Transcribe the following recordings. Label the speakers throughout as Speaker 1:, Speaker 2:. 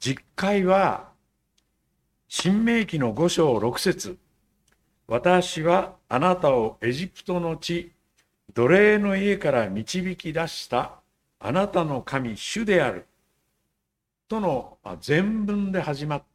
Speaker 1: 実会は申命記の5章6節、私はあなたをエジプトの地、奴隷の家から導き出したあなたの神主であるとの全文で始まって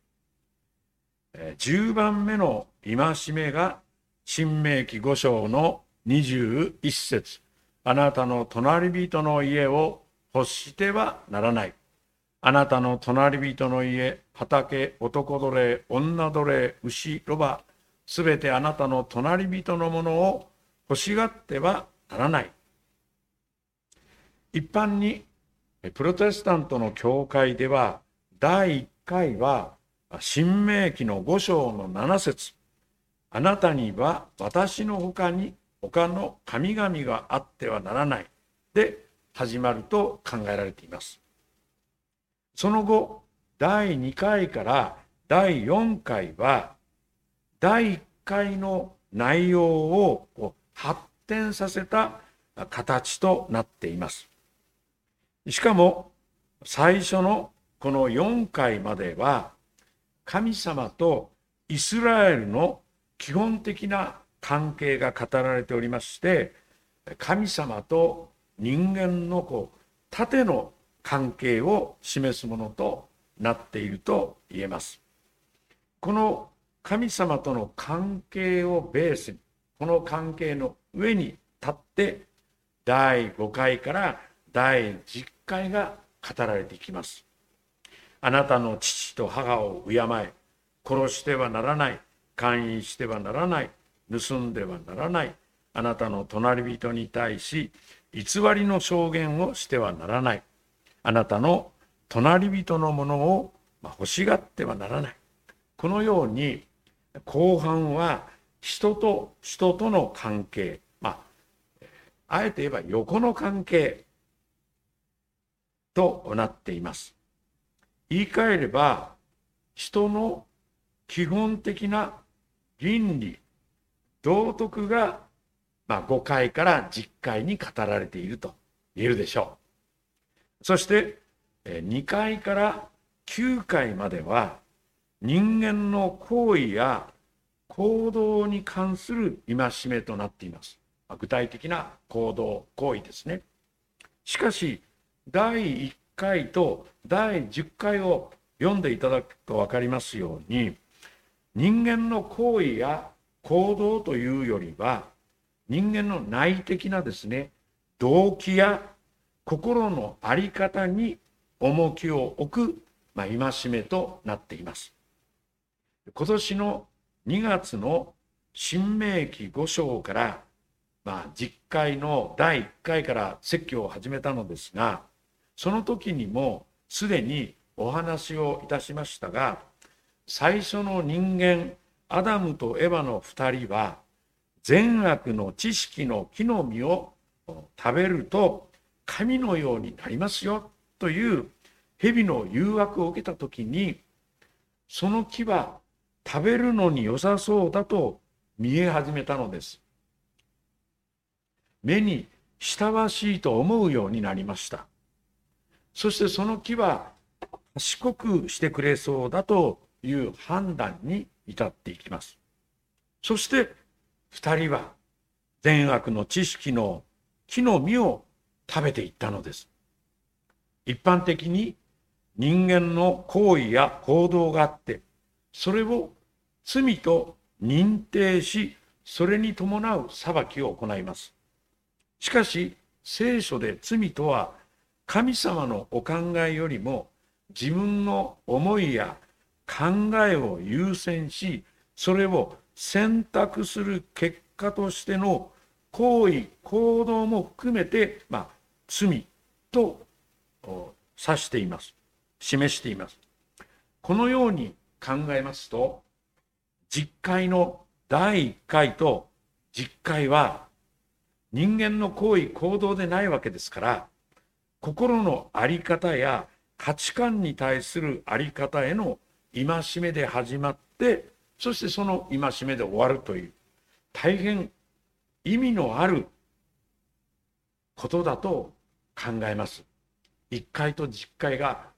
Speaker 1: 、10番目の戒めが申命記5章の21節、あなたの隣人の家を欲してはならない。あなたの隣人の家、畑、男奴隷、女奴隷、牛、ロバ、すべてあなたの隣人のものを欲しがってはならない。一般にプロテスタントの教会では、第1回は申命記の5章の7節、あなたには私の他に他の神々があってはならないで始まると考えられています。その後、第2回から第4回は、第1回の内容を発展させた形となっています。しかも、最初のこの4回までは、神様とイスラエルの基本的な関係が語られておりまして、神様と人間の縦の関係を示すものとなっていると言えます。この神様との関係をベースに、この関係の上に立って、第5回から第10回が語られていきます。あなたの父と母を敬え、殺してはならない、姦淫してはならない、盗んではならない、あなたの隣人に対し偽りの証言をしてはならない、あなたの隣人のものを欲しがってはならない。このように後半は人と人との関係、あえて言えば横の関係となっています。言い換えれば、人の基本的な倫理、道徳が5回から10回に語られていると言えるでしょう。そして2回から9回までは、人間の行為や行動に関する戒めとなっています。具体的な行動、行為ですね。しかし、第1回と第10回を読んでいただくと分かりますように、人間の行為や行動というよりは、人間の内的なですね、動機や心の在り方に重きを置く、戒めとなっています。今年の2月の申命記5章から、10回の第1回から説教を始めたのですが、その時にもすでにお話をいたしましたが、最初の人間アダムとエバの2人は善悪の知識の木の実を食べると神のようになりますよという蛇の誘惑を受けた時に、その木は食べるのに良さそうだと見え始めたのです。目に親しいと思うようになりました。そしてその木は賢くしてくれそうだという判断に至っていきます。そして2人は善悪の知識の木の実を食べていったのです。一般的に人間の行為や行動があって、それを罪と認定し、それに伴う裁きを行います。しかし聖書で罪とは、神様のお考えよりも自分の思いや考えを優先し、それを選択する結果としての行為行動も含めて、罪と指しています、示しています。このように考えますと、10回の第1回と10回は人間の行為行動でないわけですから、心の在り方や価値観に対する在り方への戒めで始まって、そしてその戒めで終わるという、大変意味のあることだと考えます。1回と10回が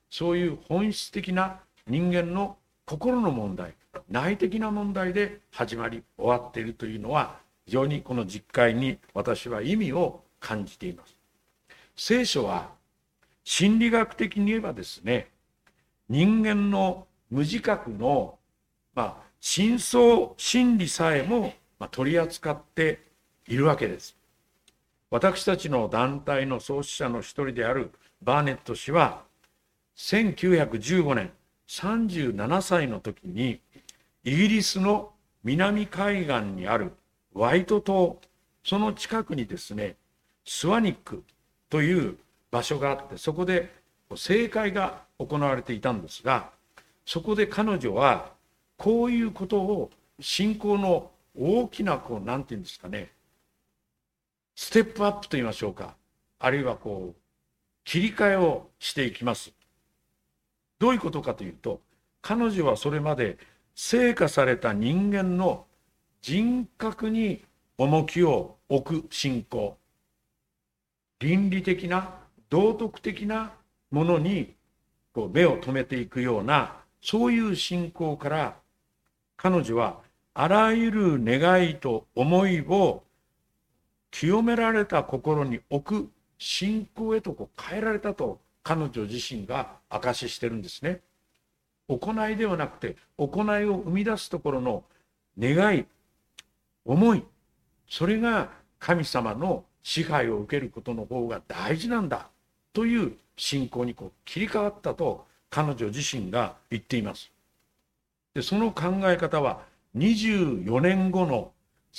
Speaker 1: そういう本質的な人間の心の問題、内的な問題で始まり終わっているというのは、非常にこの実会に私は意味を感じています。聖書は心理学的に言えばですね、人間の無自覚の、深層心理さえも取り扱っているわけです。私たちの団体の創始者の一人であるバーネット氏は、1915年37歳の時にイギリスの南海岸にあるワイト島、その近くにですね、スワニックという場所があって、そこで聖会が行われていたんですが、そこで彼女はこういうことを信仰の大きななんていうんですかね、ステップアップと言いましょうか、あるいは切り替えをしていきます。どういうことかというと、彼女はそれまで聖化された人間の人格に重きを置く信仰、倫理的な道徳的なものに目を留めていくような、そういう信仰から、彼女はあらゆる願いと思いを清められた心に置く信仰へと変えられたと彼女自身が証ししてるんですね。行いではなくて、行いを生み出すところの願い、思い、それが神様の支配を受けることの方が大事なんだという信仰に切り替わったと彼女自身が言っています。で、その考え方は24年後の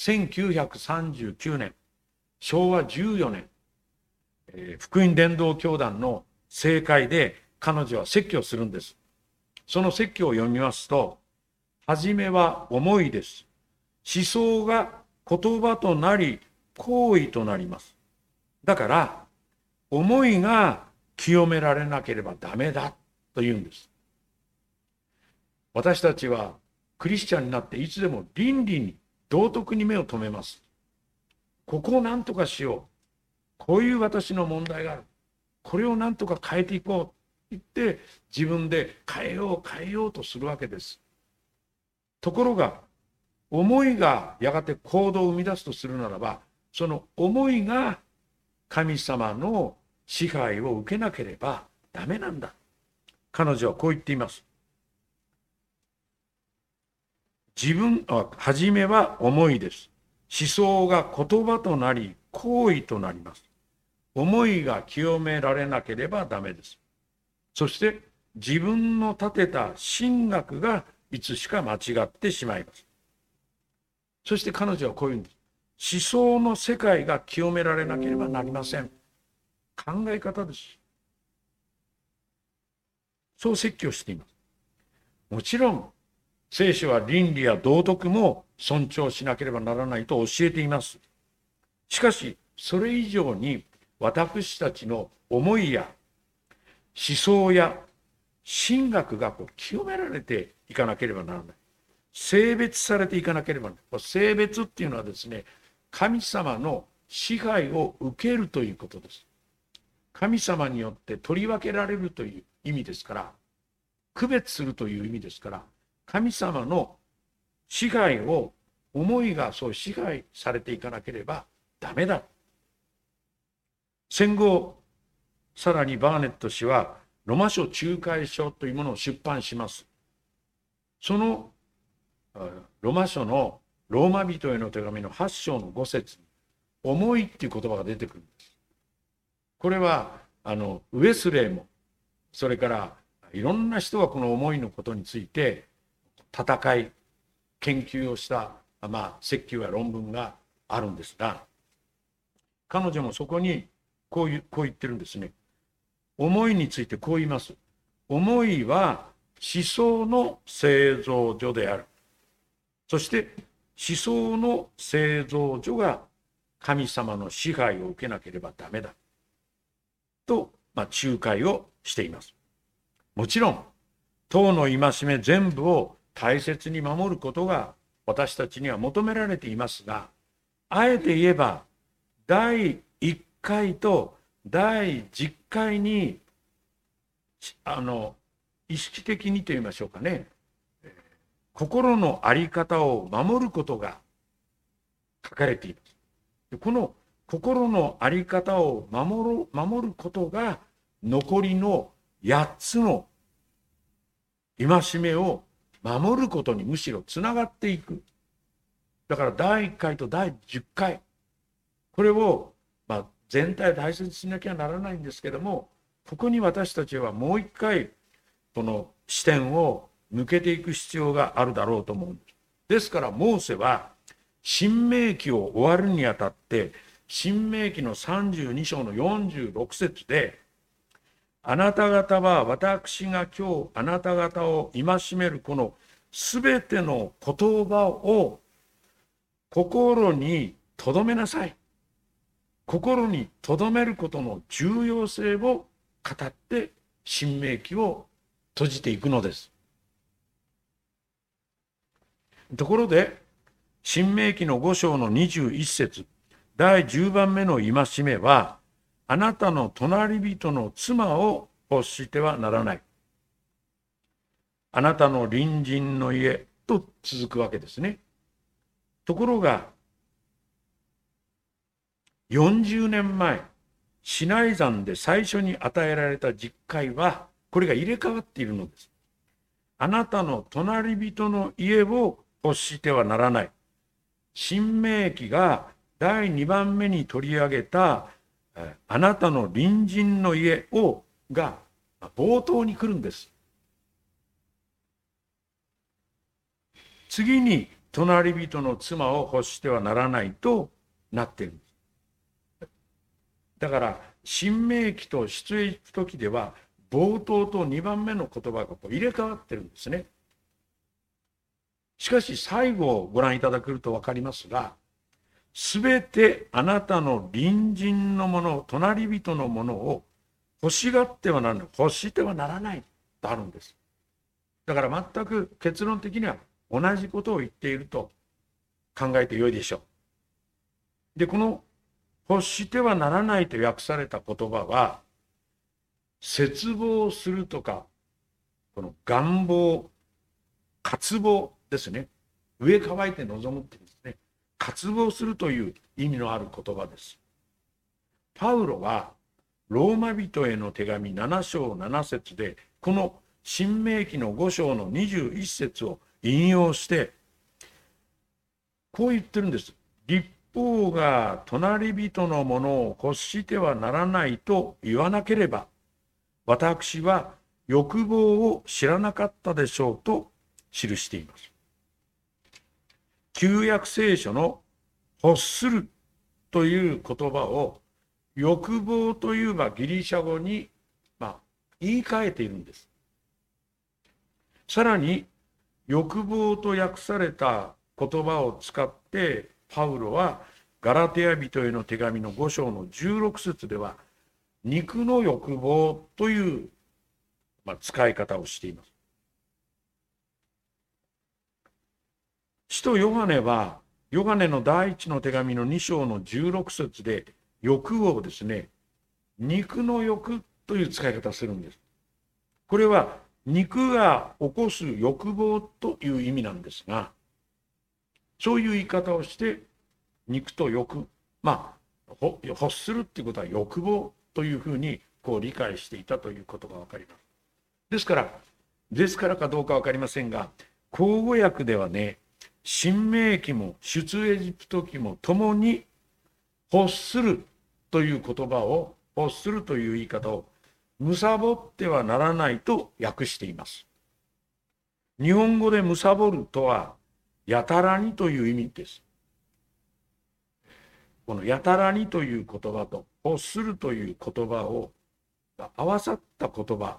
Speaker 1: 1939年、昭和14年、福音伝道教団の聖会で彼女は説教するんです。その説教を読みますと、はじめは思いです。思想が言葉となり、行為となります。だから、思いが清められなければダメだと言うんです。私たちはクリスチャンになっていつでも倫理に、道徳に目を留めます。ここを何とかしよう。こういう私の問題がある。これを何とか変えていこうと言って自分で変えようとするわけです。ところが、思いがやがて行動を生み出すとするならば、その思いが神様の支配を受けなければダメなんだ。彼女はこう言っています。はじめは思いです。思想が言葉となり、行為となります。思いが清められなければダメです。そして自分の立てた神学がいつしか間違ってしまいます。そして彼女はこういうんです。思想の世界が清められなければなりません。考え方です。そう説教しています。もちろん聖書は倫理や道徳も尊重しなければならないと教えています。しかしそれ以上に私たちの思いや思想や神学が清められていかなければならない。性別されていかなければならない。性別っていうのはですね、神様の支配を受けるということです。神様によって取り分けられるという意味ですから、区別するという意味ですから、神様の支配を、思いがそう支配されていかなければダメだ。戦後、さらにバーネット氏はロマ書仲介書というものを出版します。そのロマ書のローマ人への手紙の8章の5節に思いっていう言葉が出てくるんです。これはウェスレーも、それからいろんな人がこの思いのことについて戦い研究をした説教や論文があるんですが、彼女もそこにこう言ってるんですね。思いについてこう言います。思いは思想の製造所である。そして思想の製造所が神様の支配を受けなければダメだと、仲介をしています。もちろん当の戒め全部を大切に守ることが私たちには求められていますが、あえて言えば第1回と第10回に意識的にと言いましょうかね、心の在り方を守ることが書かれています。この心の在り方を守ることが残りの8つの戒めを守ることにむしろつながっていく。だから第1回と第10回、これを、全体大切にしなきゃならないんですけども、ここに私たちはもう一回この視点を向けていく必要があるだろうと思うんです。ですからモーセは申命記を終わるにあたって申命記の32章の46節で、あなた方は私が今日あなた方を戒めるこのすべての言葉を心に留めなさい。心に留めることの重要性を語って申命記を閉じていくのです。ところで申命記の5章の21節、第10番目の戒めは、あなたの隣人の妻を欲してはならない。あなたの隣人の家と続くわけですね。ところが40年前、シナイ山で最初に与えられた実戒は、これが入れ替わっているのです。あなたの隣人の家を欲してはならない。申命記が第2番目に取り上げた、あなたの隣人の家をが冒頭に来るんです。次に隣人の妻を欲してはならないとなっているんです。だから申命記と出エジプト記では冒頭と2番目の言葉が入れ替わってるんですね。しかし最後をご覧いただけると分かりますが、すべてあなたの隣人のもの、隣人のものを欲しがってはならない、欲してはならないとあるんです。だから全く結論的には同じことを言っていると考えてよいでしょう。で、この欲してはならないと訳された言葉は、切望するとか、この願望、渇望ですね。上乾いて望むっていうんですね。渇望するという意味のある言葉です。パウロはローマ人への手紙7章7節で、この申命記の5章の21節を引用して、こう言ってるんです。立法が隣人のものを欲してはならないと言わなければ、私は欲望を知らなかったでしょうと記しています。旧約聖書の欲するという言葉を欲望というギリシャ語に言い換えているんです。さらに欲望と訳された言葉を使ってパウロはガラテヤ人への手紙の5章の16節では肉の欲望という使い方をしています。使徒ヨハネはヨハネの第一の手紙の2章の16節で欲をですね、肉の欲という使い方をするんです。これは肉が起こす欲望という意味なんですが、そういう言い方をして肉と欲、欲するっていうことは欲望というふうに理解していたということが分かります。ですからかどうか分かりませんが、口語訳ではね、申命記も出エジプト記もともに欲するという言葉を、欲するという言い方を貪ってはならないと訳しています。日本語で貪るとはやたらにという意味です。このやたらにという言葉と欲するという言葉を合わさった言葉、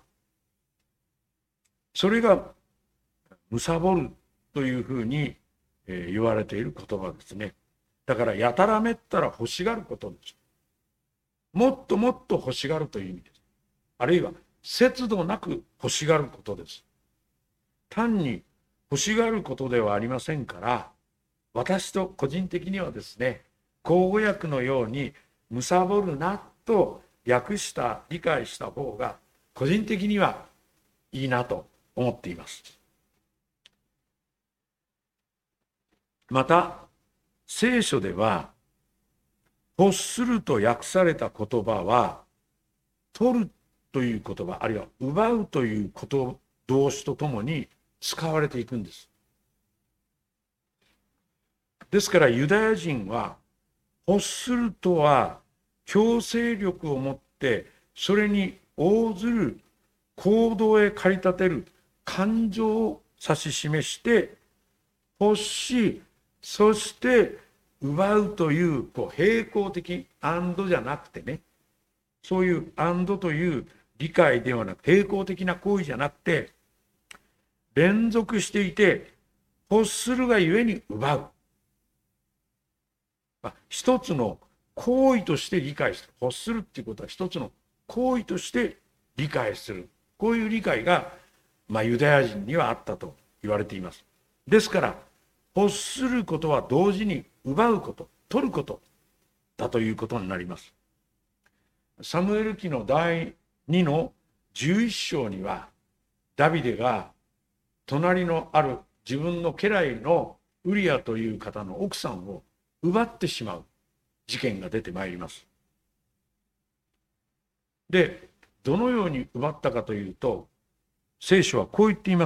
Speaker 1: それが貪るというふうに言われている言葉ですね。だからやたらめったら欲しがることです。もっともっと欲しがるという意味です。あるいは節度なく欲しがることです。単に欲しがることではありませんから、私と個人的にはですね、口語訳のように貪るなと訳した理解した方が個人的にはいいなと思っています。また、聖書では、欲すると訳された言葉は、取るという言葉、あるいは奪うという動詞とともに使われていくんです。ですからユダヤ人は、欲するとは強制力を持ってそれに応ずる行動へ駆り立てる感情を指し示して、欲し、そして奪うという並行的、アンドじゃなくてね、そういうアンドという理解ではなく、並行的な行為じゃなくて、連続していて、欲するがゆえに奪う。一つの行為として理解する。欲するっていうことは一つの行為として理解する。こういう理解が、ユダヤ人にはあったと言われています。ですから、欲することは同時に奪うこと、取ることだということになります。サムエル記の第2の11章には、ダビデが隣のある自分の家来のウリアという方の奥さんを奪ってしまう事件が出てまいります。で、どのように奪ったかというと、聖書はこう言っています。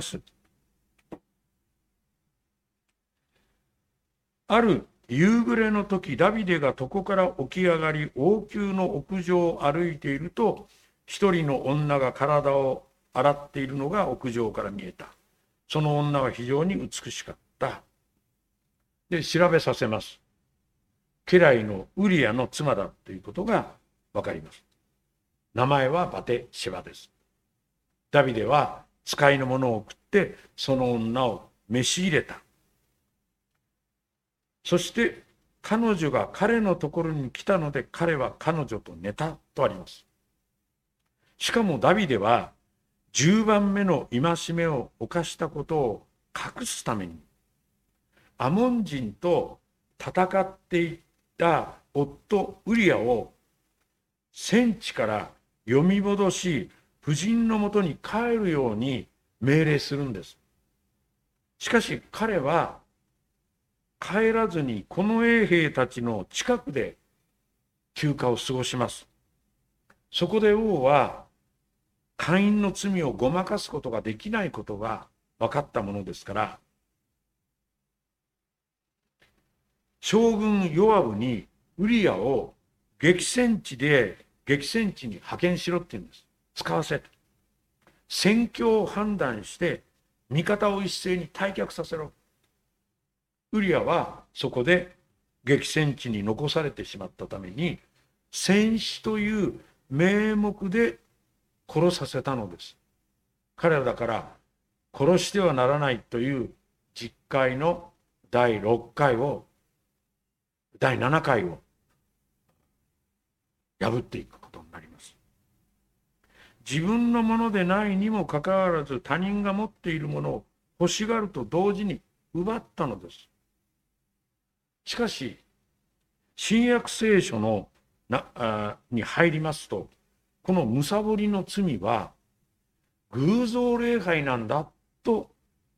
Speaker 1: ある夕暮れの時、ダビデが床から起き上がり、王宮の屋上を歩いていると、一人の女が体を洗っているのが屋上から見えた。その女は非常に美しかった。で、調べさせます。家来のウリアの妻だということがわかります。名前はバテシェバです。ダビデは使いの者を送ってその女を召し入れた。そして彼女が彼のところに来たので彼は彼女と寝たとあります。しかもダビデは10番目の戒めを犯したことを隠すためにアモン人と戦っていった夫ウリアを戦地から呼び戻し、夫人のもとに帰るように命令するんです。しかし彼は帰らずにこの衛兵たちの近くで休暇を過ごします。そこで王は姦淫の罪をごまかすことができないことが分かったものですから、将軍ヨアブにウリアを激戦地に派遣しろって言うんです。使わせて。戦況を判断して味方を一斉に退却させろ。ウリアはそこで激戦地に残されてしまったために、戦死という名目で殺させたのです。彼らだから殺してはならないという実戒の第7回を破っていくことになります。自分のものでないにもかかわらず他人が持っているものを欲しがると同時に奪ったのです。しかし新約聖書に入りますと、この貪りの罪は偶像礼拝なんだと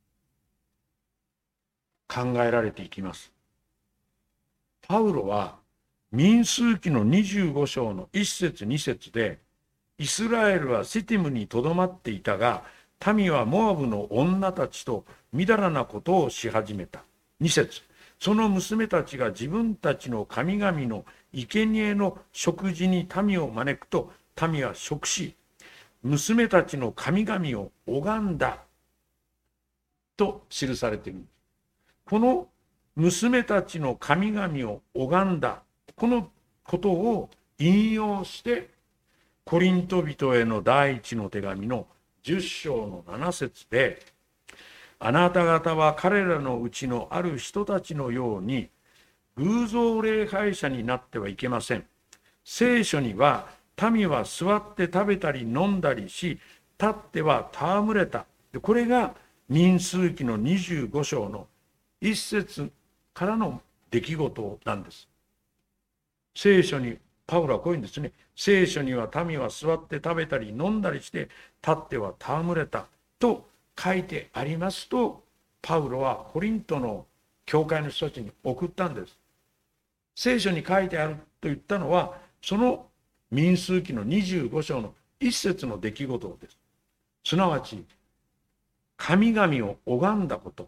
Speaker 1: 考えられていきます。パウロは民数記の25章の1節2節で、イスラエルはシティムにとどまっていたが、民はモアブの女たちとみだらなことをし始めた。2節、その娘たちが自分たちの神々の生贄の食事に民を招くと、民は食し、娘たちの神々を拝んだと記されている。この娘たちの神々を拝んだ、このことを引用してコリント人への第一の手紙の10章の7節で、あなた方は彼らのうちのある人たちのように偶像礼拝者になってはいけません。聖書には民は座って食べたり飲んだりし、立っては戯れた。これが民数記の25章の1節からの出来事なんです。聖書にパウロはこういうんですね。聖書には民は座って食べたり飲んだりして、立っては戯れた。 と書いてありますと、パウロはコリントの教会の人たちに送ったんです。聖書に書いてあると言ったのは、その民数記の25章の一節の出来事です。すなわち、神々を拝んだこと。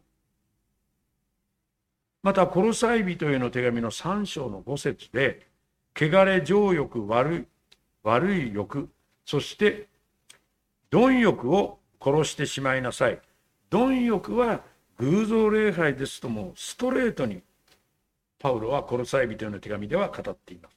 Speaker 1: また、コロサイ人への手紙の3章の5節で、汚れ、情欲、悪い欲、そして貪欲を殺してしまいなさい。貪欲は偶像礼拝ですともストレートにパウロはコロサイ人への手紙では語っています。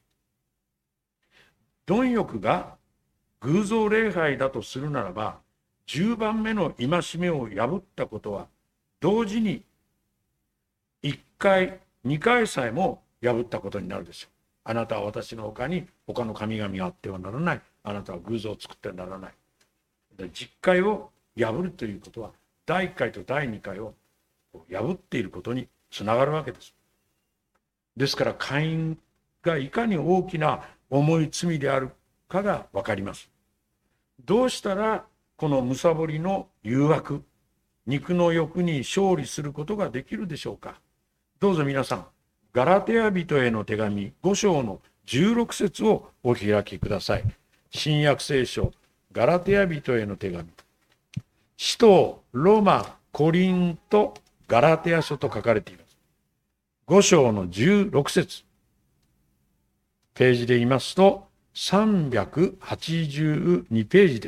Speaker 1: 貪欲が偶像礼拝だとするならば、10番目の戒めを破ったことは同時に1回2回さえも破ったことになるでしょう。あなたは私の他に他の神々があってはならない。あなたは偶像を作ってはならない。10回を破るということは第1回と第2回を破っていることにつながるわけです。ですからカインがいかに大きな重い罪であるかが分かります。どうしたらこの貪りの誘惑、肉の欲に勝利することができるでしょうか。どうぞ皆さん、ガラテヤ人への手紙5章の16節をお開きください。新約聖書ガラテヤ人への手紙、使徒ローマ、コリント、ガラテヤ書と書かれています。5章の16節、ページで言いますと382ページです。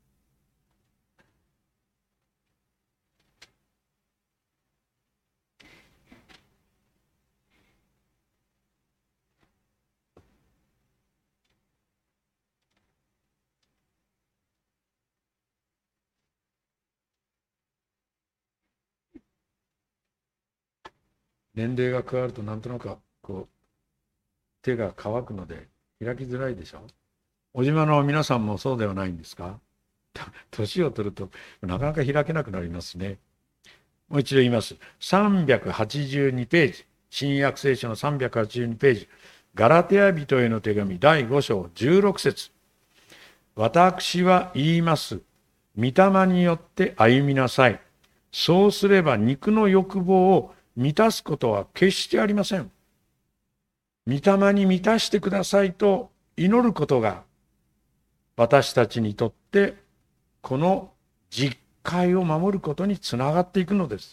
Speaker 1: 年齢が加わるとなんとなく手が乾くので開きづらいでしょ。小島の皆さんもそうではないんですか。年を取るとなかなか開けなくなりますね。もう一度言います。382ページ、新約聖書の382ページ、ガラテヤ人への手紙第5章16節、私は言います。御霊によって歩みなさい。そうすれば肉の欲望を満たすことは決してありません。御霊に満たしてくださいと祈ることが私たちにとってこの実戒を守ることにつながっていくのです。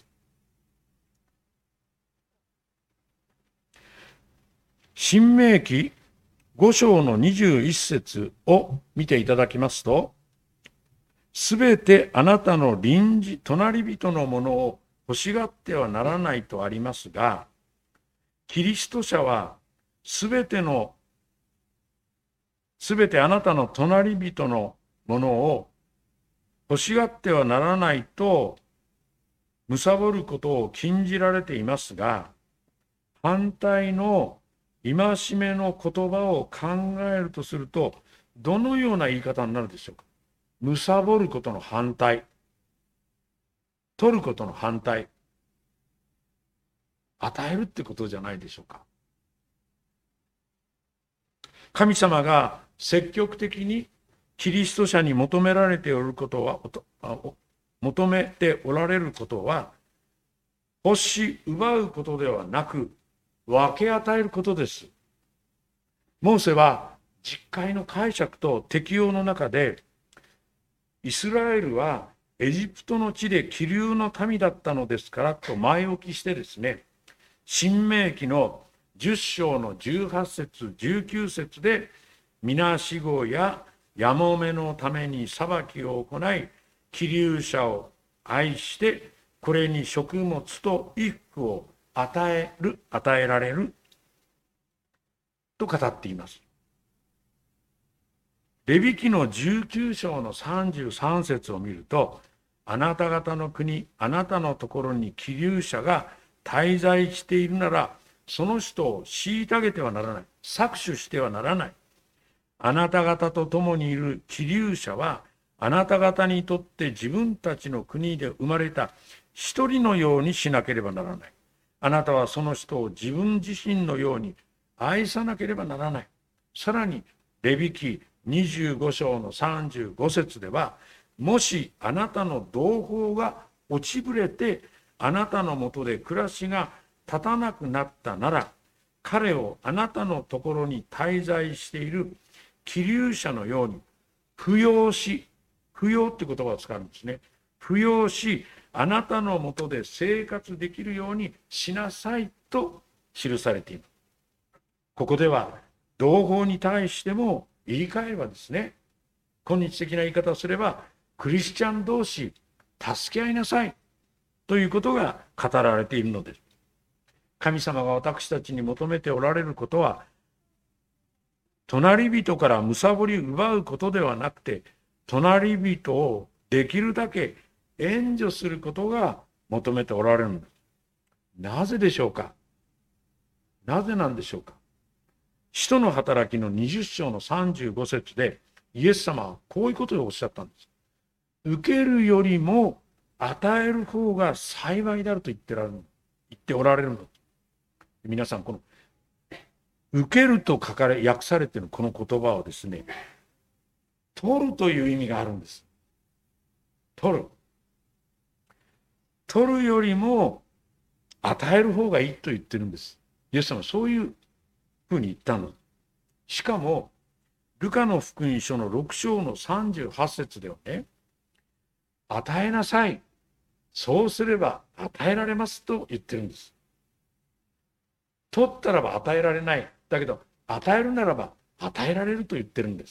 Speaker 1: 申命記5章の21節を見ていただきますと、すべてあなたの隣人のものを欲しがってはならないとありますが、キリスト者はすべてあなたの隣人のものを欲しがってはならないと貪ることを禁じられていますが、反対の戒めの言葉を考えるとすると、どのような言い方になるでしょうか。貪ることの反対、取ることの反対、与えるってことじゃないでしょうか。神様が積極的にキリスト者に求めておられることは、欲し奪うことではなく、分け与えることです。モーセは実戒の解釈と適用の中で、イスラエルはエジプトの地で気流の民だったのですからと前置きしてですね、申命記の10章の18節19節で、みなしごややもめのために裁きを行い、気流者を愛してこれに食物と衣服を与えられると語っています。レビ記の19章の33節を見ると、あなた方の国、あなたのところに気流者が滞在しているなら、その人を虐げてはならない、搾取してはならない。あなた方と共にいる気流者は、あなた方にとって自分たちの国で生まれた一人のようにしなければならない。あなたはその人を自分自身のように愛さなければならない。さらに、レビ記25章の35節では、 もしあなたの同胞が落ちぶれてあなたのもとで暮らしが立たなくなったなら、彼をあなたのところに滞在している寄留者のように扶養し、扶養って言葉を使うんですね。扶養し、あなたのもとで生活できるようにしなさいと記されています。ここでは同胞に対しても言い換えればですね、今日的な言い方をすれば、クリスチャン同士助け合いなさいということが語られているのです。神様が私たちに求めておられることは、隣人から貪り奪うことではなくて、隣人をできるだけ援助することが求めておられるのです。なぜでしょうか。なぜなんでしょうか。使徒の働きの20章の35節でイエス様はこういうことをおっしゃったんです。受けるよりも与える方が幸いであると言っておられるの。皆さん、この受けると訳されているこの言葉はですね、取るという意味があるんです。取る。取るよりも与える方がいいと言ってるんです。イエス様はそういうふうに言ったの。しかも、ルカの福音書の6章の38節ではね、与えなさい。そうすれば与えられますと言ってるんです。取ったらば与えられない。だけど、与えるならば与えられると言ってるんです。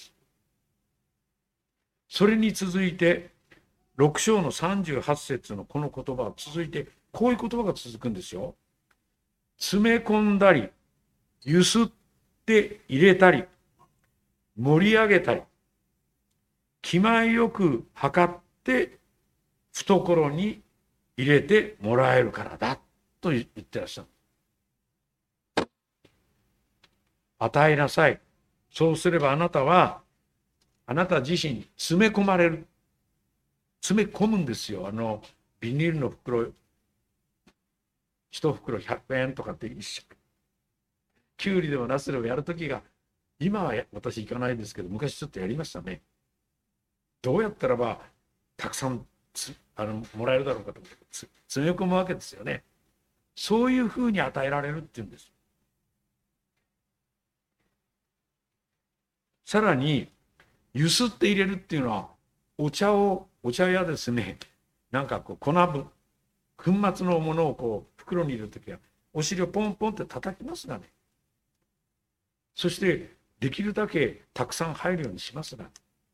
Speaker 1: それに続いて、6章の38節のこの言葉は続いて、こういう言葉が続くんですよ。詰め込んだり、ゆすって入れたり、盛り上げたり、気前よく測って懐に入れてもらえるからだと言ってらっしゃる。与えなさい。そうすればあなたは、あなた自身に詰め込まれる。詰め込むんですよ。ビニールの袋、一袋100円とかって一緒。きゅうりでもナスでもやるときが、今は私行かないですけど、昔ちょっとやりましたね。どうやったらば、たくさんもらえるだろうかと思って詰め込むわけですよね。そういうふうに与えられるっていうんです。さらに、ゆすって入れるっていうのは、お茶やですね、なんかこう粉末のものをこう袋に入れるときは、お尻をポンポンって叩きますがね。そして、できるだけたくさん入るようにしますが、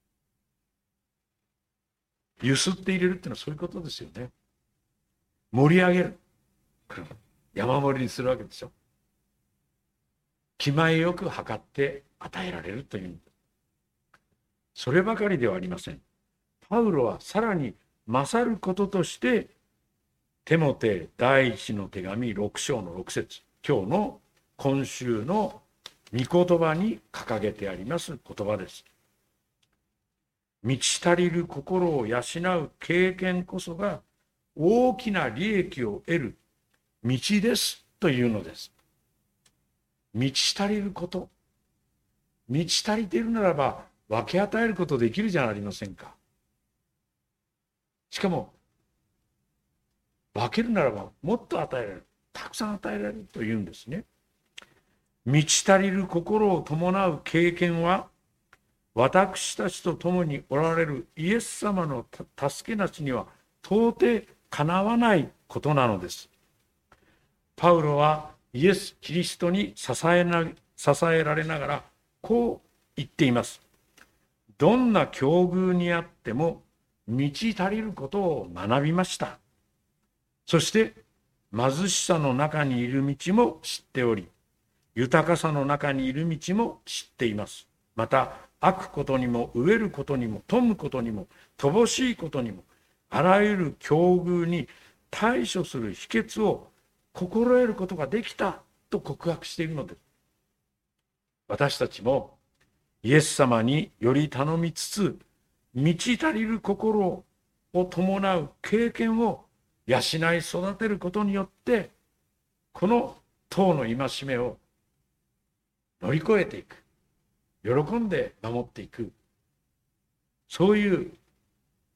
Speaker 1: ゆすって入れるっていうのはそういうことですよね。盛り上げる。山盛りにするわけでしょ。気前よく測って与えられるという。そればかりではありません。パウロはさらに勝ることとして、テモテ第一の手紙6章の6節、今週の御言葉に掲げてあります言葉です。満ち足りる心を養う経験こそが大きな利益を得る道ですというのです。満ち足りること。満ち足りているならば分け与えることできるじゃありませんか。しかも分けるならばもっと与えられる。たくさん与えられるというんですね。満ち足りる心を伴う経験は、私たちと共におられるイエス様の助けなしには到底かなわないことなのです。パウロはイエス・キリストに支えられながらこう言っています。どんな境遇にあっても満ち足りることを学びました。そして貧しさの中にいる道も知っており、豊かさの中にいる道も知っています。また、飽くことにも飢えることにも富むことにも乏しいことにも、あらゆる境遇に対処する秘訣を心得ることができたと告白しているのです。私たちもイエス様により頼みつつ、満ち足りる心を伴う経験を養い育てることによって、この党の戒めを乗り越えていく、喜んで守っていく、そういう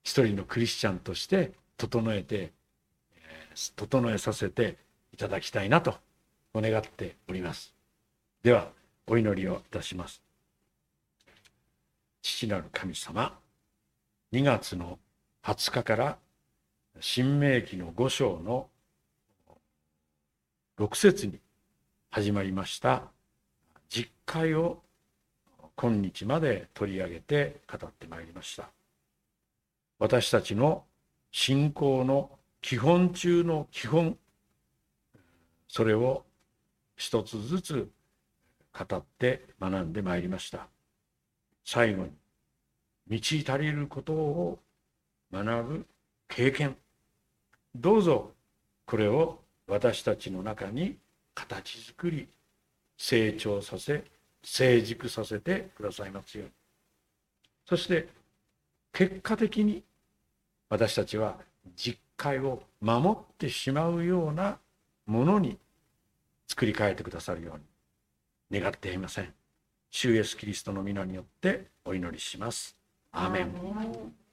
Speaker 1: 一人のクリスチャンとして整えさせていただきたいなと願っております。ではお祈りをいたします。父なる神様、2月の20日から新明記の5章の6節に始まりました実会を今日まで取り上げて語ってまいりました。私たちの信仰の基本中の基本、それを一つずつ語って学んでまいりました。最後に満ち足りることを学ぶ経験、どうぞこれを私たちの中に形作り、成長させ、成熟させてくださいますように。そして結果的に私たちは実会を守ってしまうようなものに作り変えてくださるように願っていません。主イエスキリストの皆によってお祈りします。アーメン。